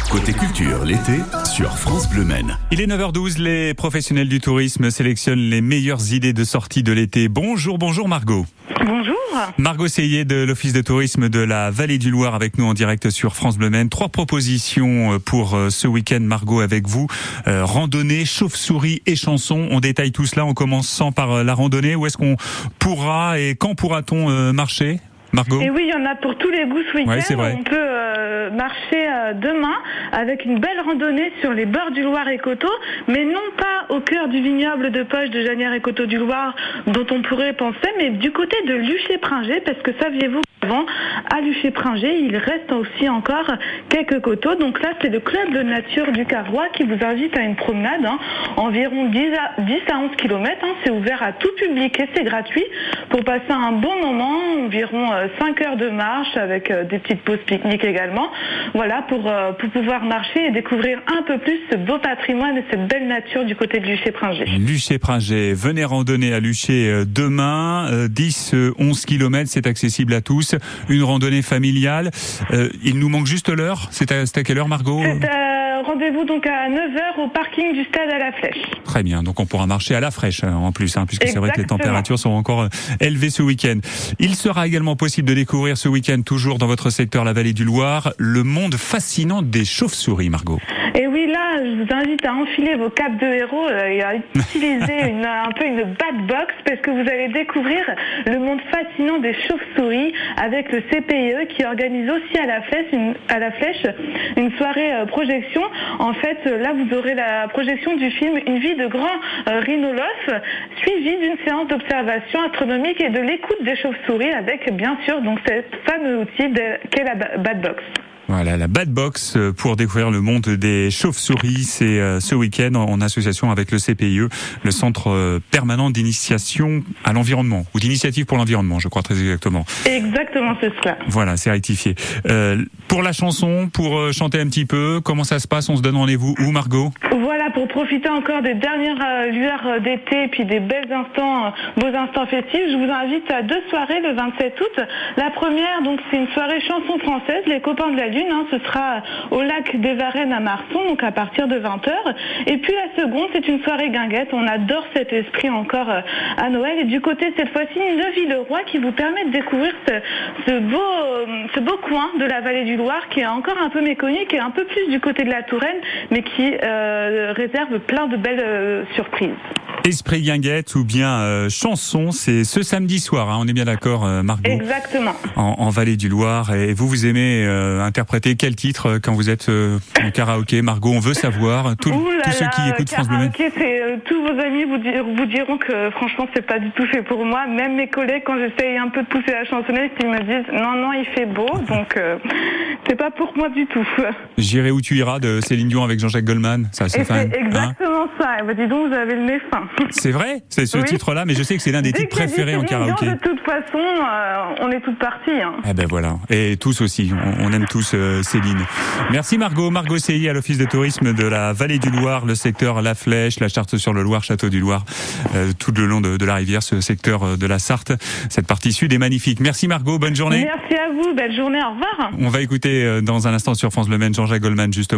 Côté culture, l'été, sur France Bleu Maine. Il est 9h12, les professionnels du tourisme sélectionnent les meilleures idées de sortie de l'été. Bonjour Margot. Bonjour. Margot Seillet de l'Office de tourisme de la Vallée du Loir avec nous en direct sur France Bleu Maine. 3 propositions pour ce week-end, Margot, avec vous. Randonnée, chauve-souris et chansons. On détaille tout cela en commençant par la randonnée. Où est-ce qu'on pourra et quand pourra-t-on marcher, Margot? Et oui, il y en a pour tous les goûts ce week-end. Ouais, c'est vrai. On peut marcher demain avec une belle randonnée sur les bords du Loir et Coteau, mais non pas au cœur du vignoble de Poche de Janières et Coteau du Loir, dont on pourrait penser, mais du côté de Luché-Pringé, parce que saviez-vous qu'avant, à Luché-Pringé, il reste aussi encore quelques coteaux. Donc là, c'est le club de nature du Carrois qui vous invite à une promenade, environ 10 à 11 km. C'est ouvert à tout public et c'est gratuit pour passer un bon moment, environ 5 heures de marche avec des petites pauses pique-nique également. Voilà, pour pouvoir marcher et découvrir un peu plus ce beau patrimoine et cette belle nature du côté de Luché-Pringé. Luché-Pringé, venez randonner à Luché demain, 10-11 km, c'est accessible à tous. Une randonnée familiale. Il nous manque juste l'heure. C'est à quelle heure, Margot? Rendez-vous donc à 9h au parking du stade à la Flèche. Très bien, donc on pourra marcher à la fraîche en plus, puisque c'est vrai que les températures sont encore élevées ce week-end. Il sera également possible de découvrir ce week-end, toujours dans votre secteur, la Vallée du Loir, le monde fascinant des chauves-souris, Margot. Et oui, là, je vous invite à enfiler vos capes de héros et à utiliser un peu une bad box, parce que vous allez découvrir le monde fascinant des chauves-souris avec le CPIE qui organise aussi à la Flèche une soirée projection. En fait, là, vous aurez la projection du film Une vie de grand rhinolophe, suivie d'une séance d'observation astronomique et de l'écoute des chauves-souris avec, bien sûr, donc cet fameux outil qu'est la bad box. Voilà, la Bad Box pour découvrir le monde des chauves-souris. C'est ce week-end en association avec le CPIE, le Centre permanent d'initiation à l'environnement, ou d'initiative pour l'environnement, je crois très exactement. Exactement, c'est cela. Voilà, c'est rectifié. Pour la chanson, pour chanter un petit peu, comment ça se passe? On se donne rendez-vous où, Margot? Voilà, pour profiter encore des dernières lueurs d'été et puis des beaux instants festifs, je vous invite à 2 soirées le 27 août. La première, donc, c'est une soirée chanson française, les copains de la Lune. Ce sera au lac des Varennes à Marson, donc à partir de 20h. Et puis la seconde, c'est une soirée guinguette. On adore cet esprit encore à Noël. Et du côté, cette fois-ci, Neuville-le-Roi qui vous permet de découvrir ce beau coin de la Vallée du Loir qui est encore un peu méconnu, qui est un peu plus du côté de la Touraine, mais qui réserve plein de belles surprises. Esprit guinguette ou bien chanson, c'est ce samedi soir, on est bien d'accord, Margot? Exactement. En Vallée du Loir. Et vous aimez interpréter quel titre quand vous êtes en karaoké, Margot? On veut savoir. Tous ceux qui écoutent France Bleu Maine. Tous vos amis vous diront que franchement c'est pas du tout fait pour moi. Même mes collègues, quand j'essaye un peu de pousser la chansonnette, ils me disent non, il fait beau, donc c'est pas pour moi du tout. J'irai où tu iras de Céline Dion avec Jean-Jacques Goldman. Ça, c'est exactement ça. Dis donc, vous avez le nez fin. C'est vrai, c'est ce titre-là, mais je sais que c'est l'un des titres préférés en karaoké. De toute façon, on est toutes parties. Eh ben voilà, et tous aussi, on aime tous Céline. Merci Margot Seillet à l'Office de tourisme de la Vallée du Loir, le secteur La Flèche, la Charte-sur-le-Loir, Château du Loir, tout le long de la rivière, ce secteur de la Sarthe. Cette partie sud est magnifique. Merci Margot, bonne journée. Merci à vous, belle journée, au revoir. On va écouter dans un instant sur France Bleu Maine Jean-Jacques Goldman justement.